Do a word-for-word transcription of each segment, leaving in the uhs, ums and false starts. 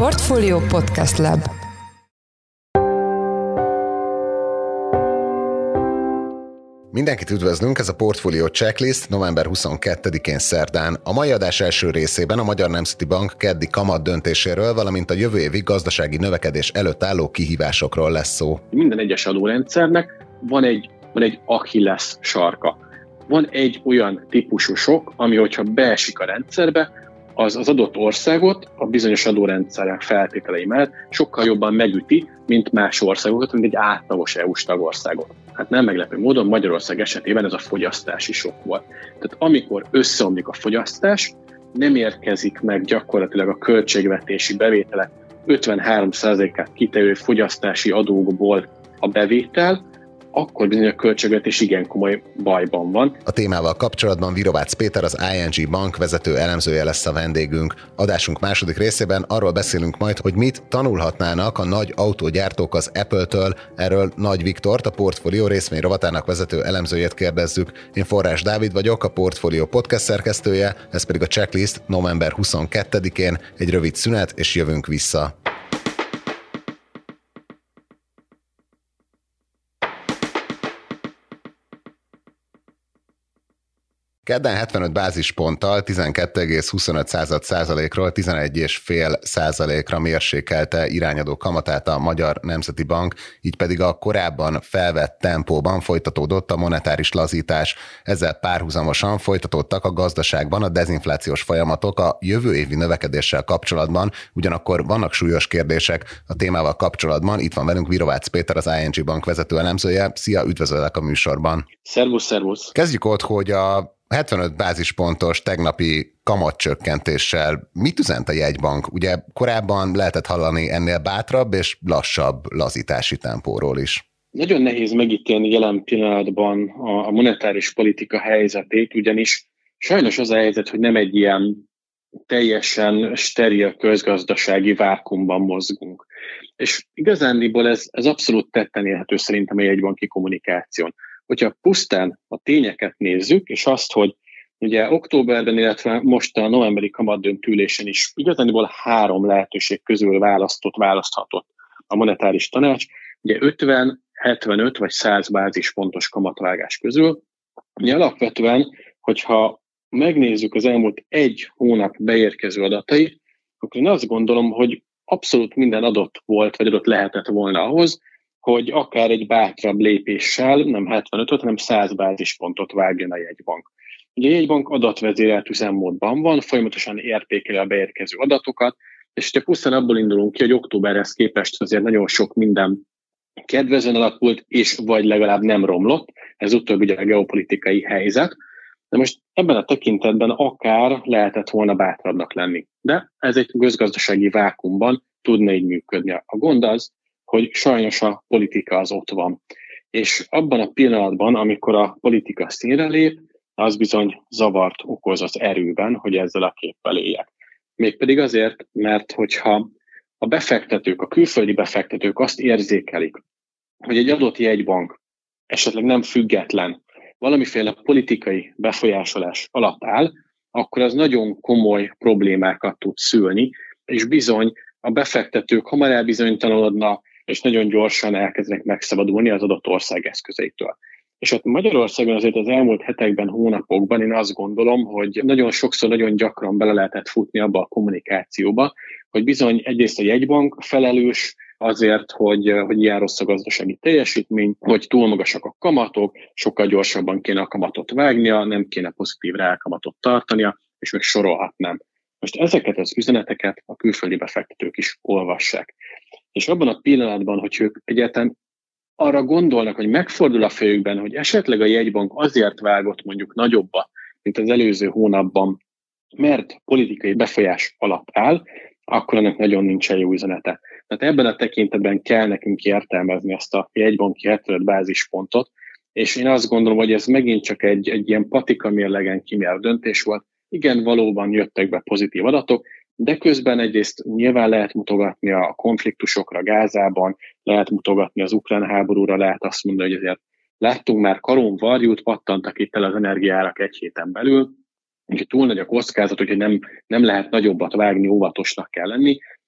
Portfolio Podcast Lab. Mindenkit üdvözlünk, ez a Portfolio Checklist november huszonkettedikén szerdán. A mai adás első részében a Magyar Nemzeti Bank keddi kamat döntéséről, valamint a jövő évi gazdasági növekedés előtt álló kihívásokról lesz szó. Minden egyes adórendszernek van egy, van egy Achilles sarka. Van egy olyan típusú sok, ami hogyha beesik a rendszerbe, az az adott országot a bizonyos adórendszerek feltételei mellett sokkal jobban megüti, mint más országokat, mint egy átlagos é u-s tagországot. Hát nem meglepő módon Magyarország esetében ez a fogyasztási sok volt. Tehát amikor összeomlik a fogyasztás, nem érkezik meg gyakorlatilag a költségvetési bevételek ötvenhárom százalékát kitevő fogyasztási adókból a bevétel, akkor bizony a költségvetés igen komoly bajban van. A témával kapcsolatban Virovácz Péter, az i en gé Bank vezető elemzője lesz a vendégünk. Adásunk második részében arról beszélünk majd, hogy mit tanulhatnának a nagy autógyártók az Apple-től. Erről Nagy Viktort, a Portfolio részvény rovatának vezető elemzőjét kérdezzük. Én Forrás Dávid vagyok, a Portfolio podcast szerkesztője, ez pedig a Checklist november huszonkettedikén. Egy rövid szünet, és jövünk vissza. Kedden hetvenöt bázisponttal tizenkét egész huszonöt százalékról tizenegy egész öt százalékra mérsékelte irányadó kamatát a Magyar Nemzeti Bank, így pedig a korábban felvett tempóban folytatódott a monetáris lazítás. Ezzel párhuzamosan folytatódtak a gazdaságban a dezinflációs folyamatok a jövő évi növekedéssel kapcsolatban, ugyanakkor vannak súlyos kérdések a témával kapcsolatban. Itt van velünk Virovácz Péter, az i en gé Bank vezető elemzője. Szia, üdvözöllek a műsorban. Szervusz, szervusz. Kezdjük ott, hogy a hetvenöt bázispontos tegnapi kamatcsökkentéssel mit üzent a jegybank? Ugye korábban lehetett hallani ennél bátrabb és lassabb lazítási tempóról is. Nagyon nehéz megítélni jelen pillanatban a monetáris politika helyzetét, ugyanis sajnos az a helyzet, hogy nem egy ilyen teljesen steril közgazdasági vákumban mozgunk. És igazándiból ez, ez abszolút tetten érhető szerintem a jegybanki kommunikáción. Hogyha pusztán a tényeket nézzük, és azt, hogy ugye októberben, illetve most a novemberi kamatdöntülésen is igazából három lehetőség közül választott, választhatott a monetáris tanács, ugye ötven, hetvenöt vagy száz bázispontos kamatvágás közül. Ugye alapvetően, hogyha megnézzük az elmúlt egy hónap beérkező adatait, akkor én azt gondolom, hogy abszolút minden adott volt, vagy adott lehetett volna ahhoz, hogy akár egy bátrabb lépéssel nem hetvenötöt, hanem száz bázispontot vágjon a jegybank. Ugye a jegybank adatvezérelt üzemmódban van, folyamatosan értékeli a beérkező adatokat, és ugye pusztán abból indulunk ki, hogy októberhez képest azért nagyon sok minden kedvezően alakult, és vagy legalább nem romlott, ez utóbbi ugye a geopolitikai helyzet. De most ebben a tekintetben akár lehetett volna bátrabbnak lenni. De ez egy közgazdasági vákumban tudna így működni. A gond az, hogy sajnos a politika az ott van. És abban a pillanatban, amikor a politika színre lép, az bizony zavart okoz az erőben, hogy ezzel a képpel éljek. Mégpedig azért, mert hogyha a befektetők, a külföldi befektetők azt érzékelik, hogy egy adott jegybank esetleg nem független, valamiféle politikai befolyásolás alatt áll, akkor az nagyon komoly problémákat tud szülni, és bizony a befektetők hamar elbizonytalanodnak, és nagyon gyorsan elkezdenek megszabadulni az adott ország eszközeitől. És ott Magyarországon azért az elmúlt hetekben, hónapokban én azt gondolom, hogy nagyon sokszor, nagyon gyakran bele lehetett futni abba a kommunikációba, hogy bizony egyrészt a jegybank felelős azért, hogy, hogy ilyen rossz a gazdasági teljesítmény, hogy túl magasak a kamatok, sokkal gyorsabban kéne a kamatot vágnia, nem kéne pozitív reálkamatot tartania, és még sorolhatnám. Most ezeket az üzeneteket a külföldi befektetők is olvassák. És abban a pillanatban, hogy ők egyáltalán arra gondolnak, hogy megfordul a fejükben, hogy esetleg a jegybank azért vágott mondjuk nagyobbat, mint az előző hónapban, mert politikai befolyás alatt áll, akkor ennek nagyon nincsen jó üzenete. Tehát ebben a tekintetben kell nekünk értelmezni ezt a jegybanki hetvenöt bázispontot, és én azt gondolom, hogy ez megint csak egy, egy ilyen patika mérlegen kimért döntés volt. Igen, valóban jöttek be pozitív adatok, de közben egyrészt nyilván lehet mutogatni a konfliktusokra Gázában, lehet mutogatni az ukrán háborúra, lehet azt mondani, hogy azért láttunk már karon varjút, pattantak itt el az energiárak egy héten belül, úgyhogy túl nagy a kockázat, hogy nem, nem lehet nagyobbat vágni, óvatosnak kell lenni,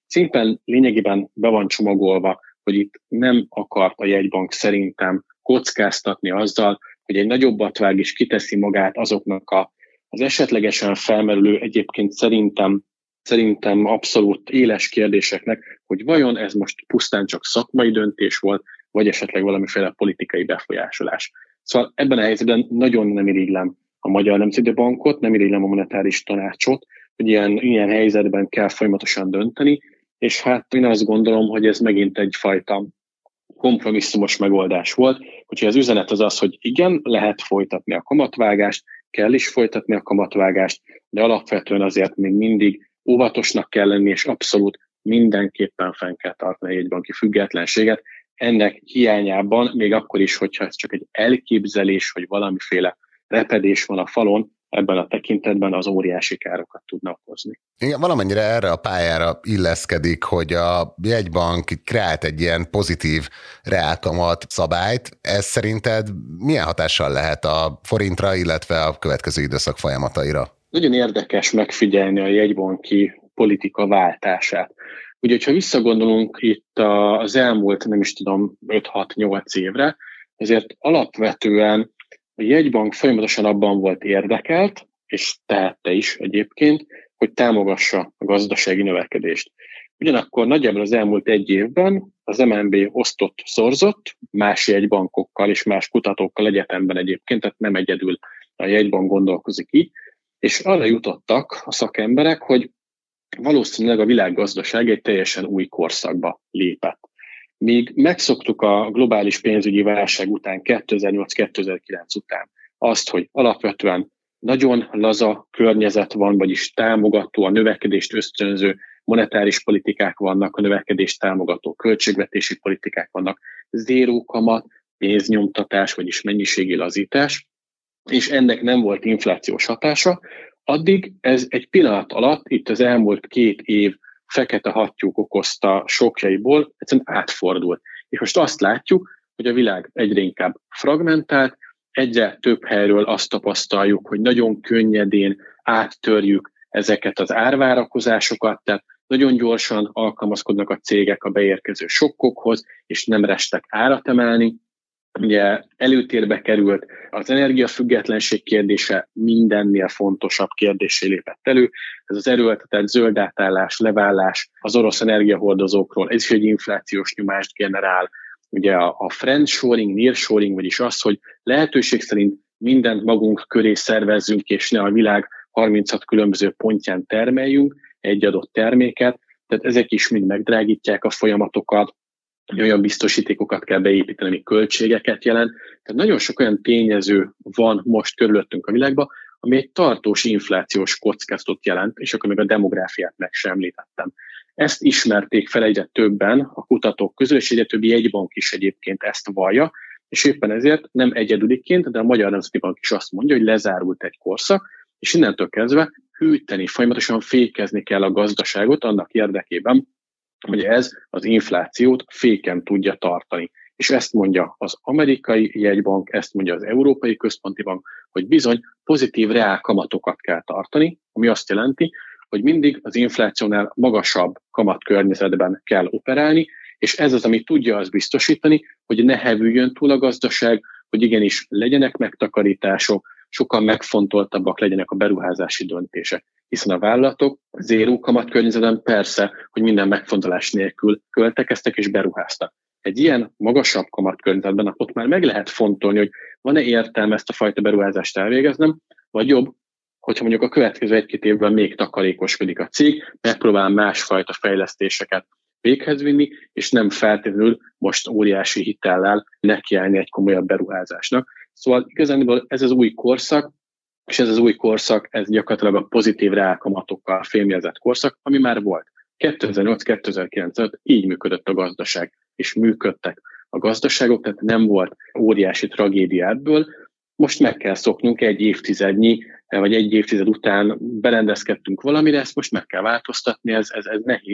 szimplán lényegében be van csomagolva, hogy itt nem akart a jegybank szerintem kockáztatni azzal, hogy egy nagyobb advág is kiteszi magát azoknak a, az esetlegesen felmerülő, egyébként szerintem, szerintem abszolút éles kérdéseknek, hogy vajon ez most pusztán csak szakmai döntés volt, vagy esetleg valamiféle politikai befolyásolás. Szóval ebben a helyzetben nagyon nem irigylem a Magyar Nemzeti Bankot, nem irigylem a monetáris tanácsot, hogy ilyen, ilyen helyzetben kell folyamatosan dönteni, és hát én azt gondolom, hogy ez megint egyfajta kompromisszumos megoldás volt, hogyha az üzenet az az, hogy igen, lehet folytatni a kamatvágást, kell is folytatni a kamatvágást, de alapvetően azért még mindig óvatosnak kell lenni, és abszolút mindenképpen fenn kell tartani a jegybanki függetlenséget. Ennek hiányában, még akkor is, hogyha ez csak egy elképzelés, vagy valamiféle repedés van a falon, ebben a tekintetben az óriási károkat tudna okozni. Igen, valamennyire erre a pályára illeszkedik, hogy a jegybank kreált egy ilyen pozitív reálkamat szabályt. Ez szerinted milyen hatással lehet a forintra, illetve a következő időszak folyamataira? Nagyon érdekes megfigyelni a jegybanki politika váltását. Ugye, hogyha visszagondolunk itt az elmúlt, nem is tudom, öt-hat-nyolc évre, ezért alapvetően a jegybank folyamatosan abban volt érdekelt, és tehette is egyébként, hogy támogassa a gazdasági növekedést. Ugyanakkor nagyjából az elmúlt egy évben az em en bé osztott, szorzott, más jegybankokkal és más kutatókkal egyetemben egyébként, tehát nem egyedül a jegybank gondolkozik így, és arra jutottak a szakemberek, hogy valószínűleg a világgazdaság egy teljesen új korszakba lépett. Míg megszoktuk a globális pénzügyi válság után, kétezer-nyolc-kétezer-kilenc után azt, hogy alapvetően nagyon laza környezet van, vagyis támogató, a növekedést ösztönző monetáris politikák vannak, a növekedést támogató költségvetési politikák vannak, zéró kamat, pénznyomtatás, vagyis mennyiségi lazítás, és ennek nem volt inflációs hatása, addig ez egy pillanat alatt, itt az elmúlt két év fekete hattyúk okozta sokjaiból egyszerűen átfordult. És most azt látjuk, hogy a világ egyre inkább fragmentált, egyre több helyről azt tapasztaljuk, hogy nagyon könnyedén áttörjük ezeket az árvárakozásokat, tehát nagyon gyorsan alkalmazkodnak a cégek a beérkező sokkokhoz, és nem restek árat emelni. Ugye előtérbe került az energiafüggetlenség kérdése, mindennél fontosabb kérdéssé lépett elő. Ez az erőltetett zöld átállás, levállás az orosz energiahordozókról, ez is egy inflációs nyomást generál. Ugye a, a friendshoring, nearshoring, vagyis az, hogy lehetőség szerint mindent magunk köré szervezzünk, és ne a világ harminchat különböző pontján termeljünk egy adott terméket. Tehát ezek is mind megdrágítják a folyamatokat, olyan biztosítékokat kell beépíteni, ami költségeket jelent. Tehát nagyon sok olyan tényező van most körülöttünk a világban, ami egy tartós inflációs kockázatot jelent, és akkor még a demográfiát meg sem említettem. Ezt ismerték fel egyre többen a kutatók közül, és egyre több jegybank is egyébként ezt vallja, és éppen ezért nem egyedüliként, de a Magyar Nemzeti Bank is azt mondja, hogy lezárult egy korszak, és innentől kezdve hűteni, folyamatosan fékezni kell a gazdaságot annak érdekében, hogy ez az inflációt féken tudja tartani. És ezt mondja az amerikai jegybank, ezt mondja az Európai Központi Bank, hogy bizony pozitív reál kamatokat kell tartani, ami azt jelenti, hogy mindig az inflációnál magasabb kamatkörnyezetben kell operálni, és ez az, ami tudja azt biztosítani, hogy ne hevüljön túl a gazdaság, hogy igenis legyenek megtakarítások, sokkal megfontoltabbak legyenek a beruházási döntések. Hiszen a vállalatok zéró kamatkörnyezetben persze, hogy minden megfontolás nélkül költekeztek és beruháztak. Egy ilyen magasabb kamatkörnyezetben ott már meg lehet fontolni, hogy van-e értelme ezt a fajta beruházást elvégeznem, vagy jobb, hogyha mondjuk a következő egy-két évben még takarékoskodik a cég, megpróbál másfajta fejlesztéseket véghez vinni, és nem feltétlenül most óriási hitellel nekiállni egy komolyabb beruházásnak. Szóval igazából ez az új korszak, és ez az új korszak, ez gyakorlatilag a pozitív reálkamatokkal fémjelzett korszak, ami már volt. kétezer-nyolc-kétezer-kilenc így működött a gazdaság, és működtek a gazdaságok, tehát nem volt óriási tragédia ebből. Most meg kell szoknunk egy évtizednyi, vagy egy évtized után berendezkedtünk valamire, ezt most meg kell változtatni, ez, ez, ez nehéz,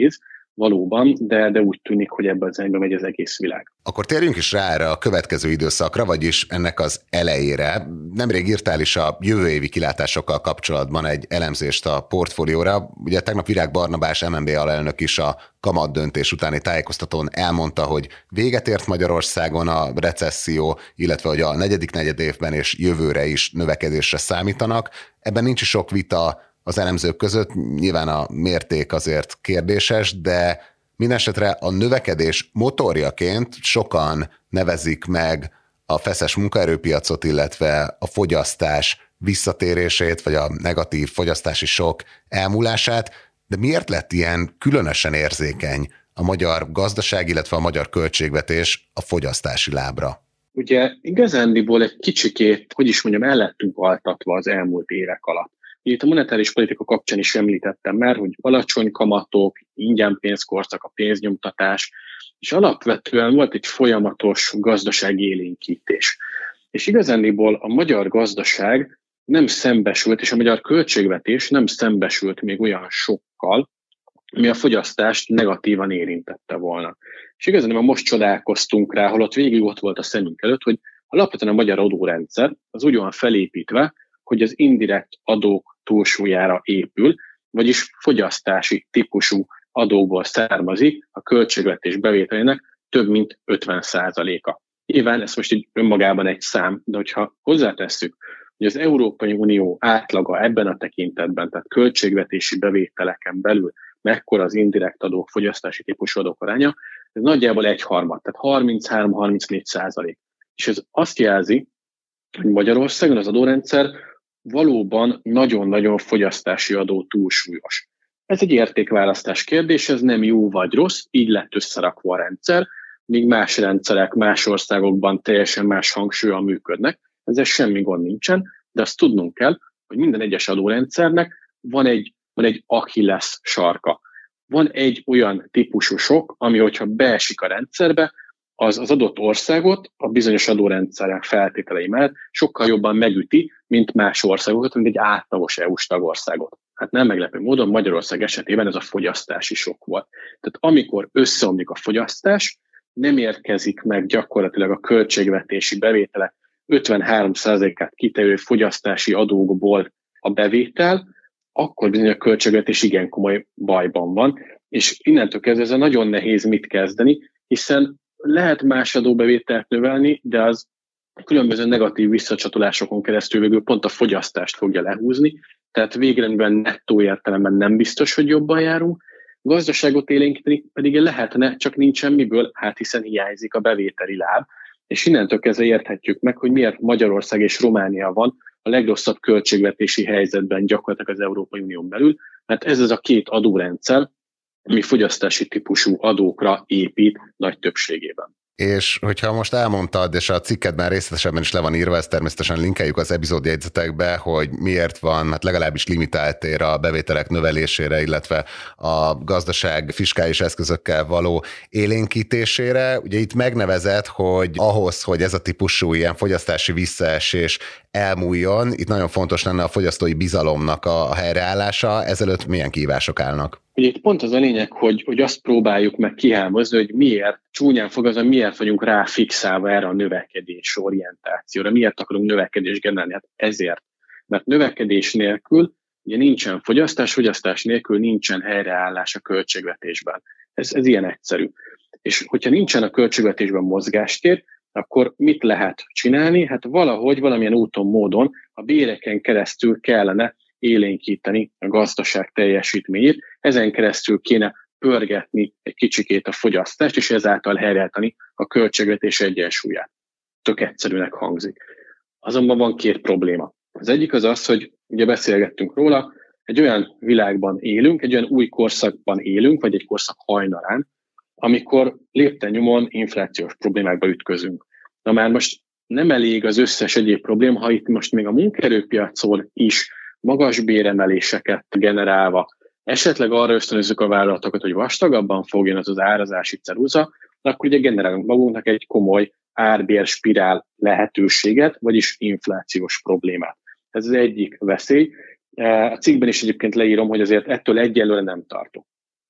valóban, de, de úgy tűnik, hogy ebben az irányba megy az egész világ. Akkor térjünk is rá erre a következő időszakra, vagyis ennek az elejére. Nemrég írtál is a jövő évi kilátásokkal kapcsolatban egy elemzést a portfólióra. Ugye tegnap Virág Barnabás em en bé alelnök is a kamat döntés utáni tájékoztatón elmondta, hogy véget ért Magyarországon a recesszió, illetve hogy a negyedik negyedévben és jövőre is növekedésre számítanak. Ebben nincs is sok vita az elemzők között, nyilván a mérték azért kérdéses, de mindenesetre a növekedés motorjaként sokan nevezik meg a feszes munkaerőpiacot, illetve a fogyasztás visszatérését, vagy a negatív fogyasztási sok elmúlását, de miért lett ilyen különösen érzékeny a magyar gazdaság, illetve a magyar költségvetés a fogyasztási lábra? Ugye igazándiból egy kicsikét, hogy is mondjam, el lettünk altatva az elmúlt évek alatt. Itt a monetáris politika kapcsán is említettem már, hogy alacsony kamatok, ingyen pénzkorszak, a pénznyomtatás, és alapvetően volt egy folyamatos gazdasági élénkítés. És igazándiból a magyar gazdaság nem szembesült, és a magyar költségvetés nem szembesült még olyan sokkal, ami a fogyasztást negatívan érintette volna. És igazán most csodálkoztunk rá, holott végig ott volt a szemünk előtt, hogy alapvetően a magyar adórendszer az úgy van felépítve, hogy az indirekt adók túlsúlyára épül, vagyis fogyasztási típusú adóból származik a költségvetés bevételének több mint ötven százaléka. Nyilván ez most így önmagában egy szám, de hogyha hozzátesszük, hogy az Európai Unió átlaga ebben a tekintetben, tehát költségvetési bevételeken belül mekkora az indirekt adók, fogyasztási típusú adók aránya, ez nagyjából egy harmad, tehát harminchárom-harmincnégy százalék. És ez azt jelzi, hogy Magyarországon az adórendszer valóban nagyon-nagyon fogyasztási adó túlsúlyos. Ez egy értékválasztás kérdés, ez nem jó vagy rossz, így lett összerakva a rendszer, míg más rendszerek más országokban teljesen más hangsúllyal működnek. Ezzel semmi gond nincsen, de azt tudnunk kell, hogy minden egyes adórendszernek van egy, van egy Achilles sarka. Van egy olyan típusú sok, ami hogyha beesik a rendszerbe, az az adott országot a bizonyos adórendszerek feltételei mellett sokkal jobban megüti, mint más országokat, mint egy átlagos é u-s tagországot. Hát nem meglepő módon Magyarország esetében ez a fogyasztási sok volt. Tehát amikor összeomlik a fogyasztás, nem érkezik meg gyakorlatilag a költségvetési bevételek ötvenhárom százalékát kitevő fogyasztási adókból a bevétel, akkor bizony a költségvetés igen komoly bajban van, és innentől kezdve ez nagyon nehéz mit kezdeni, hiszen lehet más adóbevételt növelni, de az különböző negatív visszacsatolásokon keresztül végül pont a fogyasztást fogja lehúzni, tehát végeredményben nettó értelemben nem biztos, hogy jobban járunk. Gazdaságot élénkíteni pedig lehetne, csak nincsen miből, hát hiszen hiányzik a bevételi láb, és innentől kezdve érthetjük meg, hogy miért Magyarország és Románia van a legrosszabb költségvetési helyzetben gyakorlatilag az Európai Unión belül, mert ez az a két adórendszer, ami fogyasztási típusú adókra épít nagy többségében. És hogyha most elmondtad, és a cikkedben részletesebben is le van írva, ezt természetesen linkeljük az epizódjegyzetekbe, hogy miért van, hát legalábbis limitált tér a bevételek növelésére, illetve a gazdaság fiskális eszközökkel való élénkítésére. Ugye itt megnevezett, hogy ahhoz, hogy ez a típusú ilyen fogyasztási visszaesés elmúljon, itt nagyon fontos lenne a fogyasztói bizalomnak a helyreállása. Ezelőtt milyen kihívások állnak? Ugye itt pont az a lényeg, hogy, hogy azt próbáljuk meg kihámozni, hogy miért, csúnyán fogalmazva, miért vagyunk rá fixálva erre a növekedés orientációra, miért akarunk növekedést generálni. Hát ezért, mert növekedés nélkül ugye nincsen fogyasztás, fogyasztás nélkül nincsen helyreállás a költségvetésben. Ez, ez ilyen egyszerű. És hogyha nincsen a költségvetésben mozgástér, akkor mit lehet csinálni? Hát valahogy, valamilyen úton, módon a béreken keresztül kellene élénkíteni a gazdaság teljesítményét, ezen keresztül kéne pörgetni egy kicsikét a fogyasztást, és ezáltal helyreállítani a költségvetés egyensúlyát. Tök egyszerűnek hangzik. Azonban van két probléma. Az egyik az az, hogy ugye beszélgettünk róla, egy olyan világban élünk, egy olyan új korszakban élünk, vagy egy korszak hajnalán, amikor lépten nyomon inflációs problémákba ütközünk. Na már most nem elég az összes egyéb probléma, ha itt most még a munkaerőpiacon is magas béremeléseket generálva, esetleg arra ösztönözzük a vállalatokat, hogy vastagabban fogjon az az árazási ceruza, akkor ugye generálunk magunknak egy komoly árbérspirál lehetőséget, vagyis inflációs problémát. Ez az egyik veszély. A cikkben is egyébként leírom, hogy azért ettől egyelőre nem tartok.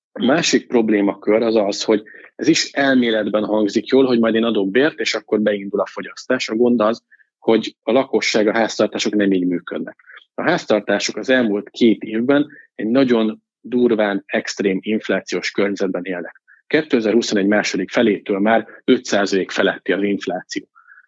A másik problémakör az az, hogy ez is elméletben hangzik jól, hogy majd én adok bért, és akkor beindul a fogyasztás. A gond az, hogy a lakosság, a háztartások nem így működnek. A háztartások az elmúlt két évben egy nagyon durván, extrém inflációs környezetben élnek. kétezer-huszonegy második felétől már öt százalék feletti az infláció.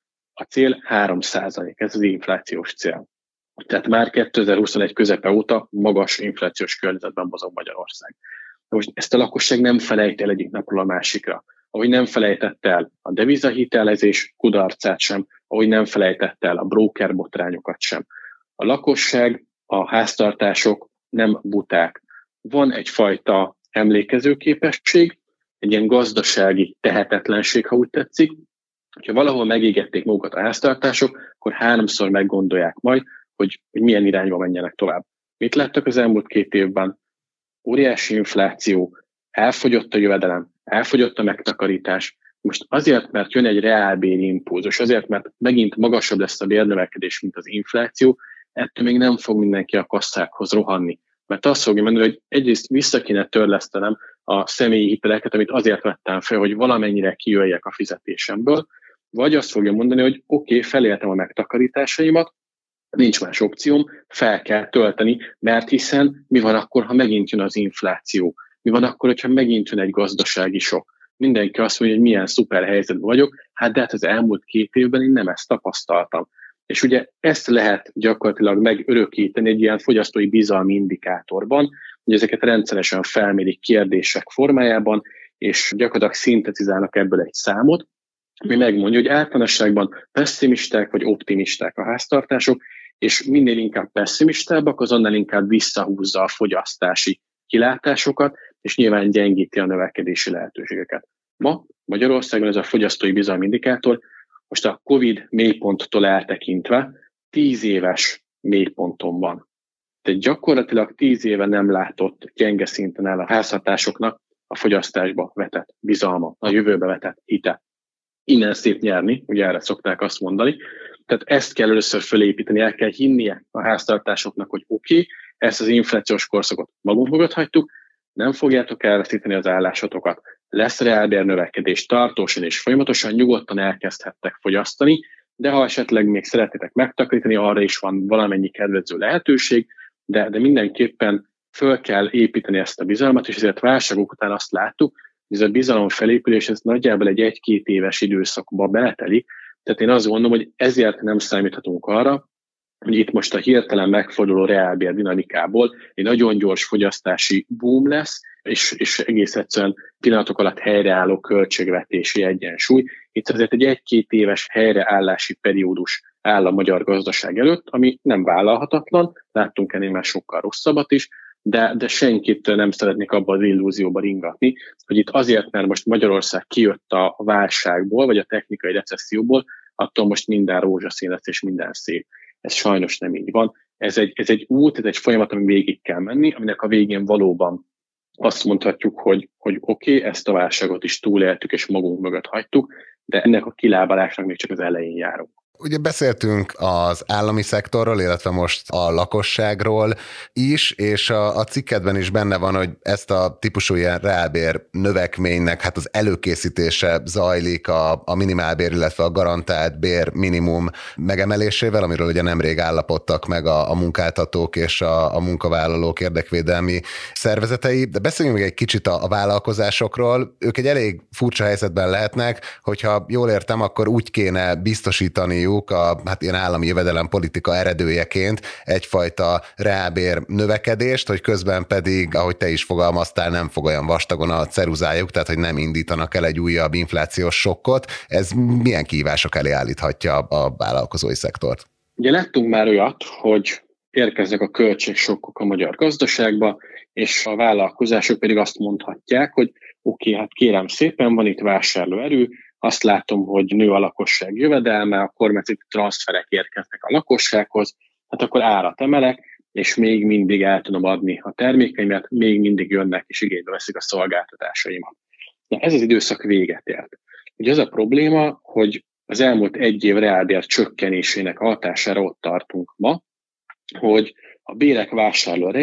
A cél három százalék, ez az inflációs cél. Tehát már kétezer-huszonegy közepe óta magas inflációs környezetben mozog Magyarország. Most ezt a lakosság nem felejt el egyik napról a másikra. Ahogy nem felejtett el a devizahitelezés kudarcát sem, ahogy nem felejtett el a broker botrányokat sem. A lakosság, a háztartások nem buták. Van egyfajta emlékezőképesség, egy ilyen gazdasági tehetetlenség, ha úgy tetszik. Ha valahol megégették magukat a háztartások, akkor háromszor meggondolják majd, hogy, hogy milyen irányba menjenek tovább. Mit láttak az elmúlt két évben? Óriási infláció, elfogyott a jövedelem, elfogyott a megtakarítás. Most azért, mert jön egy reálbéri impulzus, azért, mert megint magasabb lesz a bérnövekedés, mint az infláció, ettől még nem fog mindenki a kasszákhoz rohanni. Mert azt fogja mondani, hogy egyrészt vissza kéne törlesztenem a személyi hiteleket, amit azért vettem fel, hogy valamennyire kijöjjek a fizetésemből, vagy azt fogja mondani, hogy oké, okay, feléltem a megtakarításaimat, nincs más opcióm, fel kell tölteni, mert hiszen mi van akkor, ha megint jön az infláció? Mi van akkor, hogyha megint jön egy gazdasági sok? Mindenki azt mondja, hogy milyen szuper helyzetben vagyok, hát de hát az elmúlt két évben én nem ezt tapasztaltam. És ugye ezt lehet gyakorlatilag megörökíteni egy ilyen fogyasztói bizalmi indikátorban, hogy ezeket rendszeresen felmérik kérdések formájában, és gyakorlatilag szintetizálnak ebből egy számot, ami megmondja, hogy általánosságban pessimisták vagy optimisták a háztartások, és minél inkább pessimistábbak, azonnal inkább visszahúzza a fogyasztási kilátásokat, és nyilván gyengíti a növekedési lehetőségeket. Ma Magyarországon ez a fogyasztói bizalmi indikátor most a Covid mélyponttól eltekintve tíz éves mélyponton van. Tehát gyakorlatilag tíz éve nem látott gyenge szinten áll a háztartásoknak a fogyasztásba vetett bizalma, a jövőbe vetett hite. Innen szép nyerni, ugye erre szokták azt mondani. Tehát ezt kell először fölépíteni, el kell hinnie a háztartásoknak, hogy oké, okay, ezt az inflációs korszakot magunk mögött hagytuk, nem fogjátok elveszíteni az állásotokat. Lesz reálbér növekedés tartósan és folyamatosan, nyugodtan elkezdhettek fogyasztani, de ha esetleg még szeretnétek megtakarítani, arra is van valamennyi kedvező lehetőség, de, de mindenképpen föl kell építeni ezt a bizalmat, és ezért válságok után azt láttuk, hogy ez a bizalom felépülés ez nagyjából egy egy-két éves időszakba beletelik, tehát én azt gondolom, hogy ezért nem számíthatunk arra, hogy itt most a hirtelen megforduló reálbér dinamikából egy nagyon gyors fogyasztási boom lesz, és, és egész egyszerűen pillanatok alatt helyreálló költségvetési egyensúly. Itt azért egy egy-két éves helyreállási periódus áll a magyar gazdaság előtt, ami nem vállalhatatlan, láttunk ennél már sokkal rosszabbat is, de, de senkit nem szeretnék abba az illúzióba ringatni, hogy itt azért, mert most Magyarország kijött a válságból, vagy a technikai recesszióból, attól most minden rózsaszín lesz és minden szép. Ez sajnos nem így van. Ez egy, ez egy út, ez egy folyamat, ami végig kell menni, aminek a végén valóban azt mondhatjuk, hogy, hogy oké, okay, ezt a válságot is túléltük és magunk mögött hagytuk, de ennek a kilábalásnak még csak az elején járunk. Ugye beszéltünk az állami szektorról, illetve most a lakosságról is, és a, a cikkedben is benne van, hogy ezt a típusú ilyen reálbér növekménynek hát az előkészítése zajlik a, a minimálbér, illetve a garantált bér minimum megemelésével, amiről ugye nemrég állapodtak meg a, a munkáltatók és a, a munkavállalók érdekvédelmi szervezetei, de beszéljünk még egy kicsit a, a vállalkozásokról. Ők egy elég furcsa helyzetben lehetnek, hogyha jól értem, akkor úgy kéne biztosítani a hát ilyen állami jövedelempolitika eredőjeként egyfajta reálbér növekedést, hogy közben pedig, ahogy te is fogalmaztál, nem fog olyan vastagon a ceruzájuk, tehát hogy nem indítanak el egy újabb inflációs sokkot. Ez milyen kihívások elé állíthatja a vállalkozói szektort? Ugye láttunk már olyat, hogy érkeznek a költségsokkok a magyar gazdaságba, és a vállalkozások pedig azt mondhatják, hogy oké, okay, hát kérem szépen, van itt vásárlóerő, azt látom, hogy nő a lakosság jövedelme, a kormányzati transzferek érkeznek a lakossághoz, hát akkor árat emelek, és még mindig el tudom adni a termékeimet, még mindig jönnek és igénybe veszik a szolgáltatásaimat. Na, ez az időszak véget ért. Ugye az a probléma, hogy az elmúlt egy év reálbér csökkenésének hatására ott tartunk ma, hogy a bérek vásárlóereje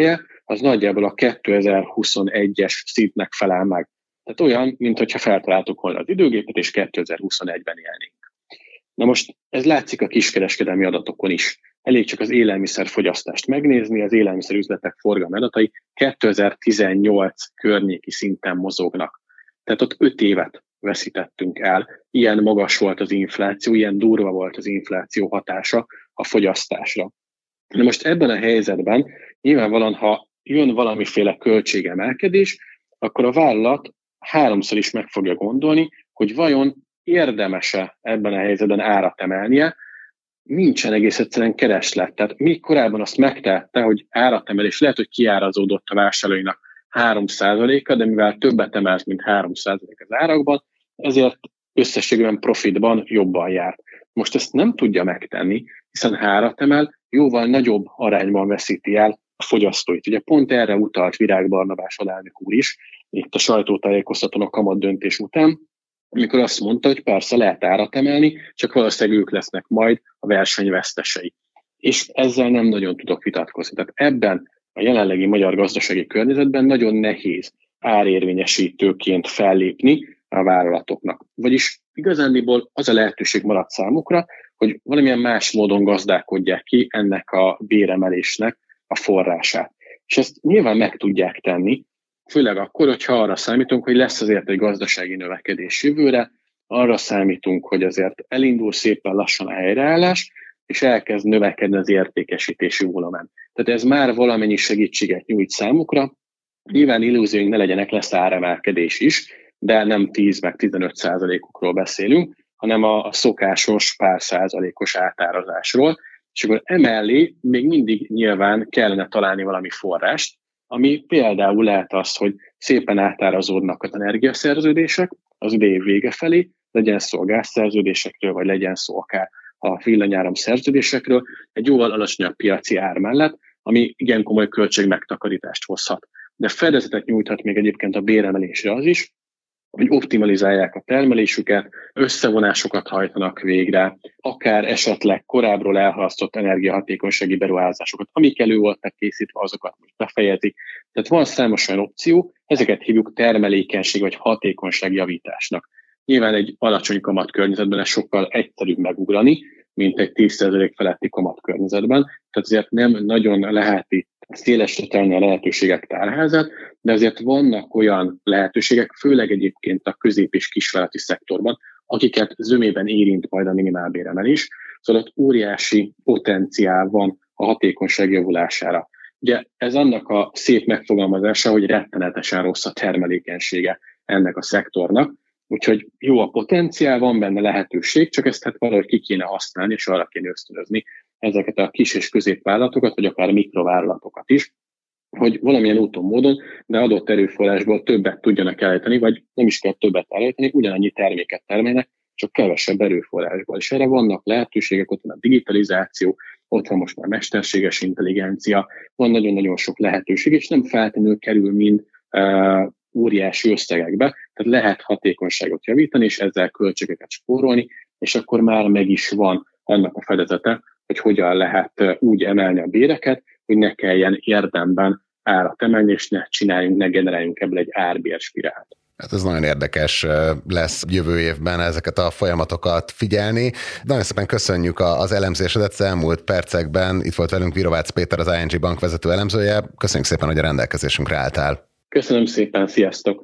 az nagyjából a kétezer-huszonegyes szintnek felel meg. Tehát olyan, mintha feltaláltuk volna az időgépet, és kétezer-huszonegyben élnénk. Na most ez látszik a kiskereskedelmi adatokon is. Elég csak az élelmiszerfogyasztást megnézni, az élelmiszerüzletek forgalmi adatai kétezer-tizennyolc környéki szinten mozognak. Tehát ott öt évet veszítettünk el. Ilyen magas volt az infláció, ilyen durva volt az infláció hatása a fogyasztásra. Na most ebben a helyzetben nyilvánvalóan, ha jön valamiféle költségemelkedés, akkor a vállalat háromszor is meg fogja gondolni, hogy vajon érdemese ebben a helyzetben árat emelnie, nincsen egész egyszerűen kereslet. Tehát még korábban azt megtette, hogy áratemelés lehet, hogy kiárazódott a vásárlóinak három százaléka, de mivel többet emelt, mint három százalék az árakban, ezért összességében profitban jobban járt. Most ezt nem tudja megtenni, hiszen árat emel, jóval nagyobb arányban veszíti el a fogyasztóit. Ugye pont erre utalt Virág Barnabás alelnök úr is, itt a sajtótájékoztatón a kamat döntés után, amikor azt mondta, hogy persze lehet árat emelni, csak valószínűleg ők lesznek majd a verseny vesztesei. És ezzel nem nagyon tudok vitatkozni. Tehát ebben a jelenlegi magyar gazdasági környezetben nagyon nehéz árérvényesítőként fellépni a vállalatoknak. Vagyis igazándiból az a lehetőség maradt számukra, hogy valamilyen más módon gazdálkodják ki ennek a béremelésnek a forrását. És ezt nyilván meg tudják tenni, főleg akkor, hogyha arra számítunk, hogy lesz azért egy gazdasági növekedés jövőre, arra számítunk, hogy azért elindul szépen lassan a helyreállás, és elkezd növekedni az értékesítési volumen. Tehát ez már valamennyi segítséget nyújt számukra. Nyilván illúzióink ne legyenek, lesz áremelkedés is, de nem tíz meg tizenöt százalékokról beszélünk, hanem a szokásos pár százalékos átárazásról, és akkor emellé még mindig nyilván kellene találni valami forrást, ami például lehet az, hogy szépen átárazódnak az energiaszerződések az idei vége felé, legyen szó a gázszerződésekről, vagy legyen szó akár a villanyáram szerződésekről, egy jóval alacsonyabb piaci ár mellett, ami igen komoly költségmegtakarítást hozhat. De fedezetet nyújthat még egyébként a béremelésre az is, hogy optimalizálják a termelésüket, összevonásokat hajtanak végre, akár esetleg korábbról elhalasztott energiahatékonysági beruházásokat, amik elő voltak készítve, azokat most befejezik. Tehát van számos olyan opció, ezeket hívjuk termelékenység vagy hatékonyságjavításnak. Nyilván egy alacsony kamat környezetben ez sokkal egyszerűbb megugrani, mint egy tíz százalék feletti kamat környezetben. Tehát azért nem nagyon lehet itt szélesre tenni a lehetőségek tárházát, de azért vannak olyan lehetőségek, főleg egyébként a közép- és kisvállalati szektorban, akiket zömében érint majd a minimálbéremelés, szóval ott óriási potenciál van a hatékonyság javulására. Ugye ez annak a szép megfogalmazása, hogy rettenetesen rossz a termelékenysége ennek a szektornak, úgyhogy jó a potenciál, van benne lehetőség, csak ezt hát valahogy ki kéne használni, és arra kéne ösztönözni ezeket a kis és középvállalatokat, vagy akár mikrovállalatokat is, hogy valamilyen úton, módon, de adott erőforrásból többet tudjanak elejteni, vagy nem is kell többet elejteni, ugyanannyi terméket termelnek, csak kevesebb erőforrásból. És erre vannak lehetőségek, ott van a digitalizáció, ott van most már mesterséges intelligencia, van nagyon-nagyon sok lehetőség, és nem feltétlenül kerül mind uh, óriási összegekbe, tehát lehet hatékonyságot javítani, és ezzel költségeket spórolni, és akkor már meg is van annak a fedezete, hogy hogyan lehet úgy emelni a béreket, hogy ne kelljen érdemben árat emelni, és ne csináljunk, ne generáljunk ebből egy árbérspirált. Hát ez nagyon érdekes lesz jövő évben ezeket a folyamatokat figyelni. Nagyon szépen köszönjük az elemzésedet az elmúlt percekben. Itt volt velünk Virovácz Péter, az i en gé Bank vezető elemzője. Köszönjük szépen, hogy a rendelkezésünkre álltál. Köszönöm szépen, sziasztok!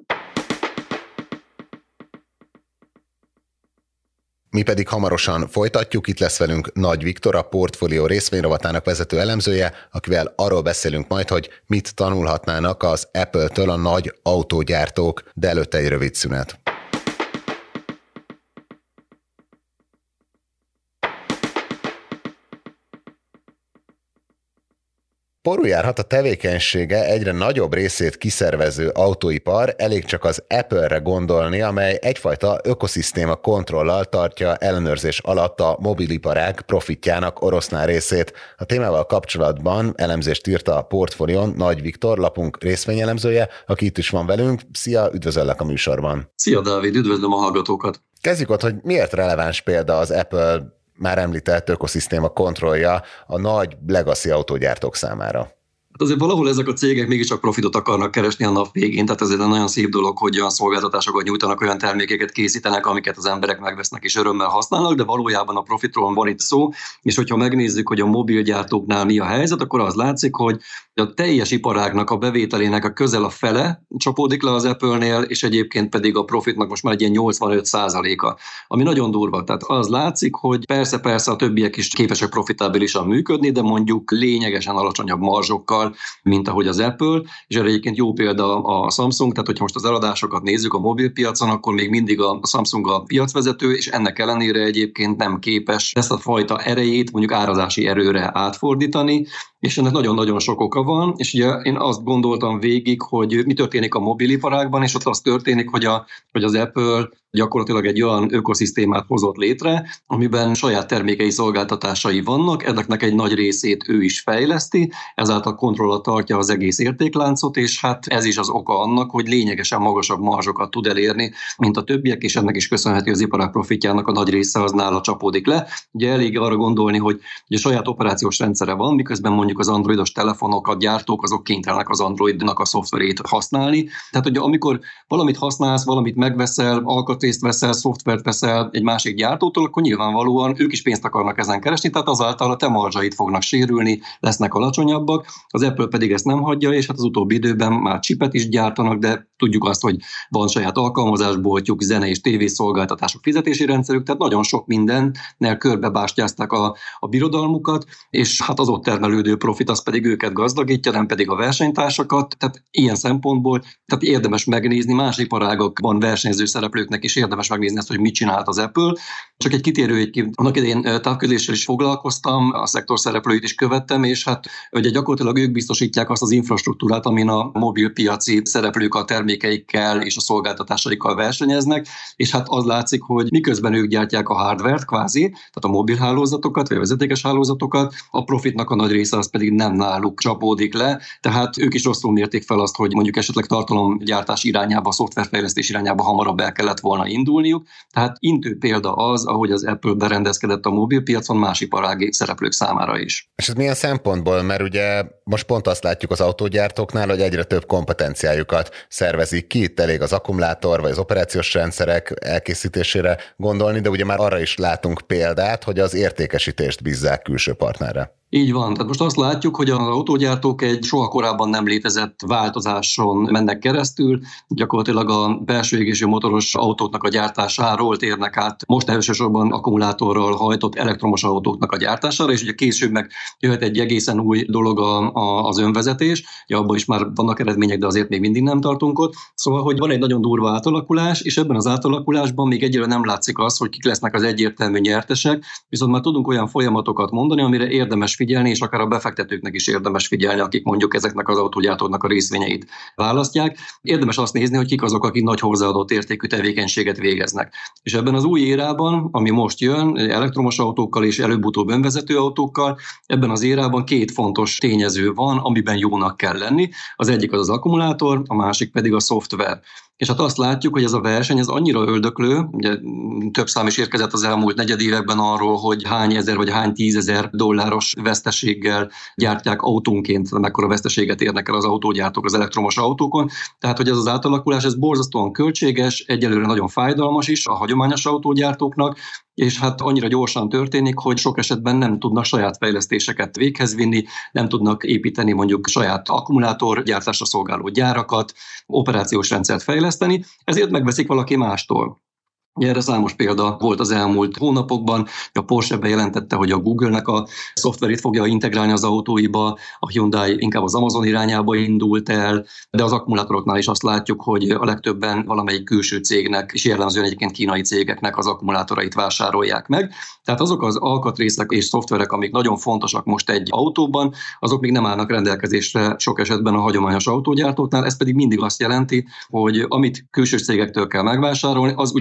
Mi pedig hamarosan folytatjuk, itt lesz velünk Nagy Viktor, a Portfolio részvényrovatának vezető elemzője, akivel arról beszélünk majd, hogy mit tanulhatnának az Apple-től a nagy autógyártók, de előtte egy rövid szünet. Porul járhat a tevékenysége egyre nagyobb részét kiszervező autóipar, elég csak az Apple-re gondolni, amely egyfajta ökoszisztéma kontrollal tartja ellenőrzés alatt a mobiliparág profitjának oroszlán részét. A témával kapcsolatban elemzést írta a Portfolion Nagy Viktor, lapunk részvényelemzője, aki itt is van velünk. Szia, üdvözöllek a műsorban. Szia, Dávid, üdvözlöm a hallgatókat. Kezdjük ott, hogy miért releváns példa az Apple már említett ökoszisztéma kontrollja a nagy legacy autógyártók számára. Hát azért valahol ezek a cégek mégiscsak profitot akarnak keresni a nap végén, tehát ez egy nagyon szép dolog, hogy olyan szolgáltatásokat nyújtanak, olyan termékeket készítenek, amiket az emberek megvesznek és örömmel használnak, de valójában a profitról van itt szó, és hogyha megnézzük, hogy a mobilgyártóknál mi a helyzet, akkor az látszik, hogy a teljes iparágnak a bevételének a közel a fele csapódik le az Apple-nél, és egyébként pedig a profitnak most már egy ilyen nyolcvanöt százaléka, ami nagyon durva. Tehát az látszik, hogy persze-persze a többiek is képesek profitábilisan működni, de mondjuk lényegesen alacsonyabb marzsokkal, mint ahogy az Apple, és erre egyébként jó példa a Samsung, tehát hogyha most az eladásokat nézzük a mobilpiacon, akkor még mindig a Samsung a piacvezető, és ennek ellenére egyébként nem képes ezt a fajta erejét mondjuk árazási erőre átfordítani, és ennek nagyon-nagyon sok oka van, és ugye én azt gondoltam végig, hogy mi történik a mobiliparágban, és ott az történik, hogy, a, hogy az Apple gyakorlatilag egy olyan ökoszisztémát hozott létre, amiben saját termékei, szolgáltatásai vannak, ezeknek egy nagy részét ő is fejleszti, ezáltal kontroll alatt tartja az egész értékláncot, és hát ez is az oka annak, hogy lényegesen magasabb marzsokat tud elérni, mint a többiek, és ennek is köszönhető, az iparág profitjának a nagy része az nála csapódik le. Ugye elég arra gondolni, hogy ugye saját operációs rendszere van, miközben mondjuk az androidos telefonokat gyártók, azok kénytelenek az Androidnak a szoftverét használni. Tehát, hogy amikor valamit használsz, valamit megveszel, alkatrészt veszel, szoftvert veszel egy másik gyártótól, akkor nyilvánvalóan ők is pénzt akarnak ezen keresni, tehát azáltal a te marzsait fognak sérülni, lesznek alacsonyabbak. Az Apple pedig ezt nem hagyja, és hát az utóbbi időben már chipet is gyártanak, de tudjuk azt, hogy van saját alkalmazásboltjuk, zene és tévészolgáltatások, fizetési rendszerük, tehát nagyon sok mindennel körbebástyázták a, a birodalmukat, és hát az ott termelődő profit az pedig őket gazdagítja, nem pedig a versenytársakat, tehát ilyen szempontból tehát érdemes megnézni, más iparágokban versenyző szereplőknek is érdemes megnézni ezt, hogy mit csinált az Apple. Csak egy kitérő, egy, annak idején távközléssel is foglalkoztam, a szektor szereplőit is követtem, és hát ugye gyakorlatilag ők biztosítják azt az infrastruktúrát, amin a mobilpiaci szereplők a termékeikkel és a szolgáltatásaikkal versenyeznek, és hát az látszik, hogy miközben ők gyártják a hardware-t kvázi, tehát a mobilhálózatokat, vagy a vezetékes hálózatokat, a profitnak a nagy része az pedig nem náluk csapódik le, tehát ők is rosszul mérték fel azt, hogy mondjuk esetleg tartalomgyártás irányába, szoftverfejlesztés irányába hamarabb el kellett volna indulniuk. Tehát intő példa az, ahogy az Apple berendezkedett a mobilpiacon más iparági szereplők számára is. És ez milyen szempontból? Mert ugye most pont azt látjuk az autógyártóknál, hogy egyre több kompetenciájukat szervezik ki, itt elég az akkumulátor vagy az operációs rendszerek elkészítésére gondolni, de ugye már arra is látunk példát, hogy az értékesítést bízzák külső partnerre. Így van. Tehát most azt látjuk, hogy az autógyártók egy soha korábban nem létezett változáson mennek keresztül. Gyakorlatilag a belső égésű motoros autóknak a gyártásáról térnek át most elsősorban akkumulátorral hajtott elektromos autóknak a gyártására, és ugye később meg jöhet egy egészen új dolog a, a, az önvezetés. Ja, abban is már vannak eredmények, de azért még mindig nem tartunk ott. Szóval, hogy van egy nagyon durva átalakulás, és ebben az átalakulásban még egyre nem látszik az, hogy kik lesznek az egyértelmű nyertesek, viszont már tudunk olyan folyamatokat mondani, amire érdemes figyelni, és akár a befektetőknek is érdemes figyelni, akik mondjuk ezeknek az autógyártóknak a részvényeit választják. Érdemes azt nézni, hogy kik azok, akik nagy hozzáadott értékű tevékenységet végeznek. És ebben az új érában, ami most jön, elektromos autókkal és előbb-utóbb önvezető autókkal, ebben az érában két fontos tényező van, amiben jónak kell lenni. Az egyik az az akkumulátor, a másik pedig a szoftver. És hát azt látjuk, hogy ez a verseny ez annyira öldöklő, ugye több szám is érkezett az elmúlt negyedévekben arról, hogy hány ezer vagy hány tízezer dolláros veszteséggel gyártják autónként, mekkora veszteséget érnek el az autógyártók az elektromos autókon. Tehát, hogy ez az átalakulás, ez borzasztóan költséges, egyelőre nagyon fájdalmas is a hagyományos autógyártóknak, és hát annyira gyorsan történik, hogy sok esetben nem tudnak saját fejlesztéseket véghez vinni, nem tudnak építeni mondjuk saját akkumulátorgyártásra szolgáló gyárakat, operációs rendszert fejleszteni, ezért megveszik valaki mástól. Erre számos példa volt az elmúlt hónapokban. A Porsche bejelentette, hogy a Google-nek a szoftverét fogja integrálni az autóiba, a Hyundai inkább az Amazon irányába indult el, de az akkumulátoroknál is azt látjuk, hogy a legtöbben valamelyik külső cégnek, és jellemzően egyébként kínai cégeknek az akkumulátorait vásárolják meg. Tehát azok az alkatrészek és szoftverek, amik nagyon fontosak most egy autóban, azok még nem állnak rendelkezésre sok esetben a hagyományos autógyártóknál, ez pedig mindig azt jelenti, hogy amit külső cégektől kell megvásárolni, az ugye pénzbe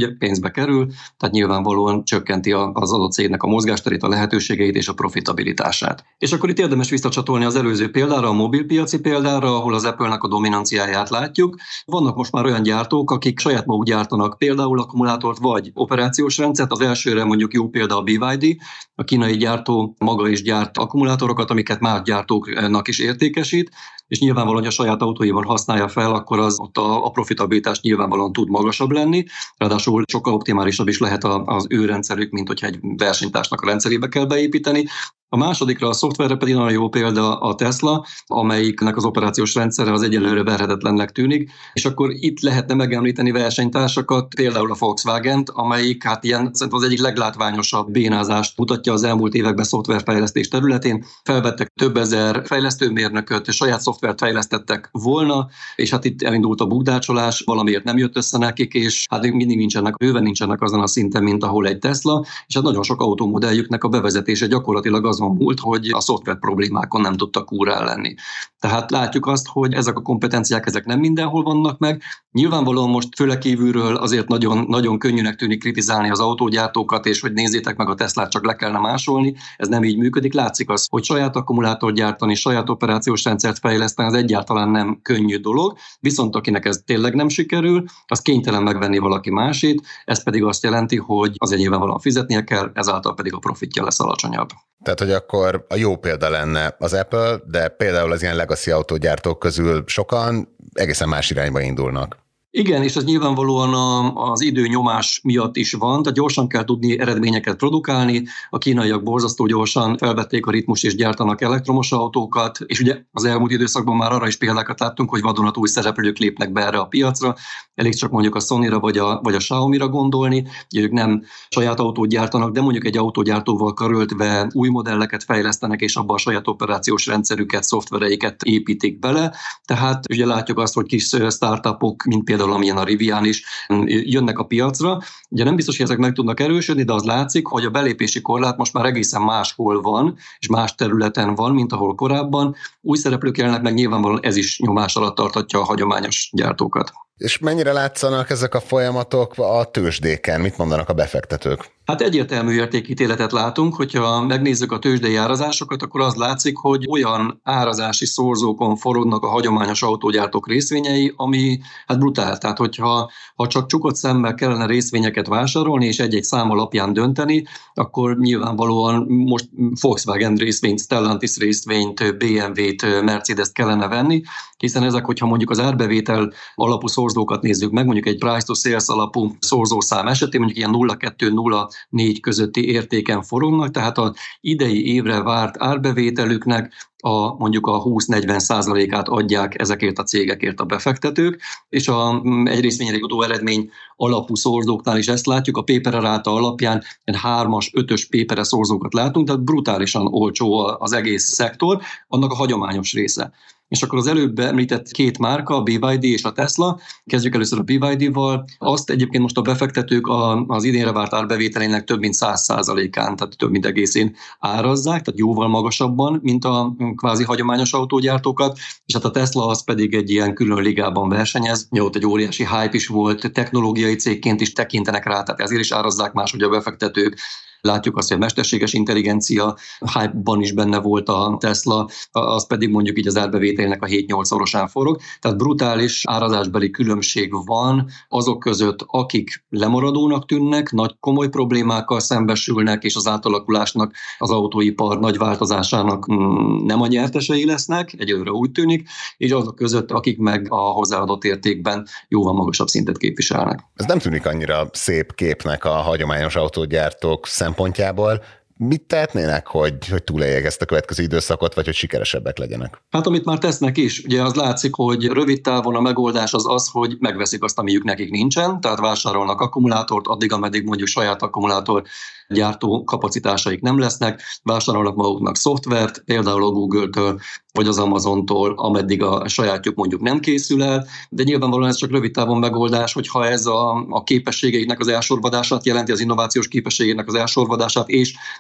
veszélybe kerül, tehát nyilvánvalóan csökkenti az adott cégnek a mozgásterét, a lehetőségeit és a profitabilitását. És akkor itt érdemes visszacsatolni az előző példára, a mobilpiaci példára, ahol az Apple-nek a dominanciáját látjuk. Vannak most már olyan gyártók, akik saját maguk gyártanak például akkumulátort vagy operációs rendszert. Az elsőre mondjuk jó példa a bé vé dé, a kínai gyártó maga is gyárt akkumulátorokat, amiket más gyártóknak is értékesít, és nyilvánvalóan, hogy a saját autóiban használja fel, akkor az ott a, a profitabilitás nyilvánvalóan tud magasabb lenni, ráadásul sokkal optimálisabb is lehet az ő rendszerük, mint hogyha egy versenytársnak a rendszerébe kell beépíteni. A másodikra, a szoftverre pedig nagyon jó példa a Tesla, amelyiknek az operációs rendszere az egyelőre verhetetlennek tűnik, és akkor itt lehetne megemlíteni versenytársakat, például a Volkswagent, amelyik hát ilyen szerintem az egyik leglátványosabb bénázást mutatja az elmúlt években szoftverfejlesztés területén. Felvettek több ezer fejlesztőmérnököt, saját szoftvert fejlesztettek volna, és hát itt elindult a bukdácsolás, valamiért nem jött össze nekik, és hát mindig nincsenek, bőven nincsenek azon a szinten, mint ahol egy Tesla, és hát nagyon sok autómodelljüknek a bevezetése gyakorlatilag azon múlt, hogy a szoftver problémákon nem tudtak kúrán lenni. Tehát látjuk azt, hogy ezek a kompetenciák ezek nem mindenhol vannak meg. Nyilvánvalóan most főleg kívülről azért nagyon, nagyon könnyűnek tűnik kritizálni az autógyártókat, és hogy nézzétek meg, a Teslát csak le kellene másolni. Ez nem így működik. Látszik az, hogy saját akkumulátort gyártani, saját operációs rendszert fejleszteni, az egyáltalán nem könnyű dolog. Viszont akinek ez tényleg nem sikerül, az kénytelen megvenni valaki másét. Ez pedig azt jelenti, hogy azért nyilvánvalóan fizetnie kell, ezáltal pedig a profitja lesz alacsonyabb. Tehát, hogy akkor a jó példa lenne az Apple, de például az ilyen legacy autógyártók közül sokan egészen más irányba indulnak. Igen, és ez nyilvánvalóan az időnyomás miatt is van, tehát gyorsan kell tudni eredményeket produkálni, a kínaiak borzasztó gyorsan felvették a ritmus és gyártanak elektromos autókat, és ugye az elmúlt időszakban már arra is példákat láttunk, hogy vadonatúj szereplők lépnek be erre a piacra, elég csak mondjuk a Sonyra vagy a, vagy a Xiaomira gondolni, hogy ők nem saját autót gyártanak, de mondjuk egy autógyártóval karöltve új modelleket fejlesztenek, és abba a saját operációs rendszerüket, szoftvereiket építik bele, tehát ugye látjuk azt, hogy kis startupok, mint például amilyen a Rivian is, jönnek a piacra. Ugye nem biztos, hogy ezek meg tudnak erősödni, de az látszik, hogy a belépési korlát most már egészen máshol van, és más területen van, mint ahol korábban. Új szereplők jelennek meg, nyilvánvalóan ez is nyomás alatt tartatja a hagyományos gyártókat. És mennyire látszanak ezek a folyamatok a tőzsdéken? Mit mondanak a befektetők? Hát egyértelmű értékítéletet látunk, hogyha megnézzük a tőzsdei árazásokat, akkor az látszik, hogy olyan árazási szorzókon forognak a hagyományos autógyártók részvényei, ami hát brutál. Tehát, hogyha ha csak csukott szemmel kellene részvényeket vásárolni, és egy-egy szám alapján dönteni, akkor nyilvánvalóan most Volkswagen részvényt, Stellantis részvényt, bé em vét, Mercedes-t kellene venni, hiszen ezek, hogyha mondjuk az árbevétel alapú szorzókat nézzük meg, mondjuk egy price to sales alapú szorzószám esetén mondjuk ilyen nulla egész kettő nulla négy közötti értéken forognak, tehát az idei évre várt árbevételüknek a, mondjuk a húsz-negyven százalékát adják ezekért a cégekért a befektetők, és a, egy részvényelégutó eredmény alapú szorzóknál is ezt látjuk, a Pépere ráta alapján ilyen hármas, ötös Pépere szorzókat látunk, tehát brutálisan olcsó az egész szektor, annak a hagyományos része. És akkor az előbb említett két márka, a bé vé dé és a Tesla, kezdjük először a bé vé dé-val, azt egyébként most a befektetők az idénre várt árbevételének több mint száz százalékán, tehát több mint egészén árazzák, tehát jóval magasabban, mint a kvázi hagyományos autógyártókat, és hát a Tesla az pedig egy ilyen külön ligában versenyez, ugye ott egy óriási hype is volt, technológiai cégként is tekintenek rá, tehát ezért is árazzák máshogy a befektetők. Látjuk azt, hogy a mesterséges intelligencia hype-ban is benne volt a Tesla, az pedig mondjuk így az árbevételnek a hét-nyolc szorosán forog. Tehát brutális árazásbeli különbség van azok között, akik lemaradónak tűnnek, nagy komoly problémákkal szembesülnek, és az átalakulásnak, az autóipar nagy változásának nem a nyertesei lesznek, egyelőre úgy tűnik, és azok között, akik meg a hozzáadott értékben jóval magasabb szintet képviselnek. Ez nem tűnik annyira szép képnek a hagyományos autógyártók szempontjából. Mit tehetnének, hogy, hogy túléljék ezt a következő időszakot, vagy hogy sikeresebbek legyenek? Hát amit már tesznek is, ugye az látszik, hogy rövid távon a megoldás az az, hogy megveszik azt, amiük nekik nincsen, tehát vásárolnak akkumulátort, addig, ameddig mondjuk saját akkumulátor gyártó kapacitásaik nem lesznek, vásárolnak maguknak szoftvert, például a Google-től, vagy az Amazontól, ameddig a sajátjuk mondjuk nem készül el, de nyilvánvalóan ez csak rövid távon megoldás, hogyha ez a, a képességeiknek az elsorvadását jelenti, az innovációs képességeinek az elsorvadását, és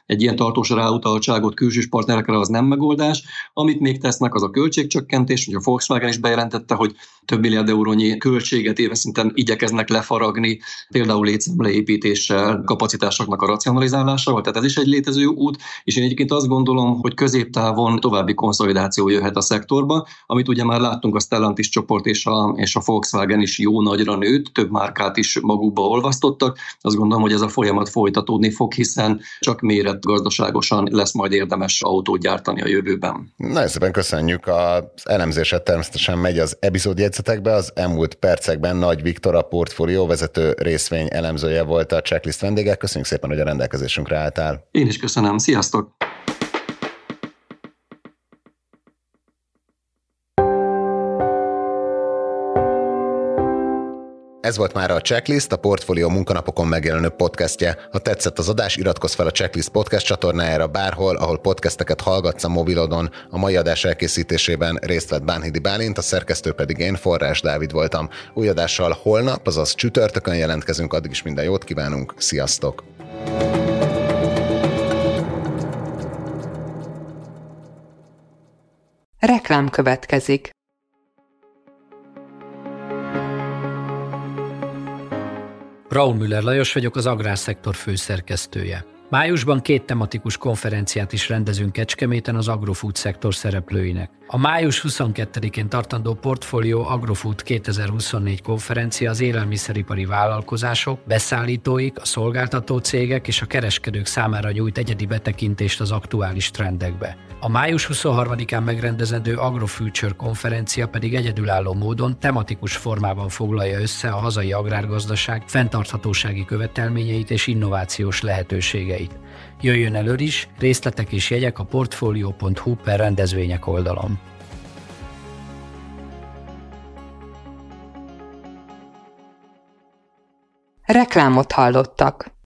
egy ilyen tartós ráutaltságot külsős partnerekre az nem megoldás. Amit még tesznek, az a költségcsökkentés, hogy a Volkswagen is bejelentette, hogy több milliárd eurónyi költséget éves szinten igyekeznek lefaragni, például létszámleépítéssel, kapacitásoknak a racionalizálásával, tehát ez is egy létező út, és én egyébként azt gondolom, hogy középtávon további konszolidáció jöhet a szektorba, amit ugye már láttunk, a Stellantis csoport és a, és a Volkswagen is jó nagyra nőtt, több márkát is magukba olvasztottak. Azt gondolom, hogy ez a folyamat folytatódni fog, hiszen csak méret gazdaságosan lesz majd érdemes autót gyártani a jövőben. Nagyon szépen köszönjük, az elemzéset természetesen megy az epizódjegyzetekbe, az elmúlt percekben Nagy Viktor, a portfólió vezető részvény elemzője volt a Checklist vendége. Köszönjük szépen, hogy a rendelkezésünkre álltál. Én is köszönöm, sziasztok! Ez volt már a Checklist, a Portfólió munkanapokon megjelenő podcastje. Ha tetszett az adás, iratkozz fel a Checklist podcast csatornájára bárhol, ahol podcasteket hallgatsz a mobilodon. A mai adás elkészítésében részt vett Bánhidi Bálint, a szerkesztő pedig én, Forrás Dávid voltam. Új adással holnap, azaz csütörtökön jelentkezünk, addig is minden jót kívánunk, sziasztok! Reklám következik. Raúl Müller Lajos vagyok, az Agrárszektor főszerkesztője. Májusban két tematikus konferenciát is rendezünk Kecskeméten az agrofood szektor szereplőinek. A május huszonkettedikén tartandó Portfólió Agrofood kétezer-huszonnégy konferencia az élelmiszeripari vállalkozások, beszállítóik, a szolgáltató cégek és a kereskedők számára nyújt egyedi betekintést az aktuális trendekbe. A május huszonharmadikán megrendezendő AgroFuture konferencia pedig egyedülálló módon tematikus formában foglalja össze a hazai agrárgazdaság fenntarthatósági követelményeit és innovációs lehetőségeit. Jöjjön elő is, részletek és jegyek a portfolio pont hu per rendezvények oldalon. Reklámot hallottak.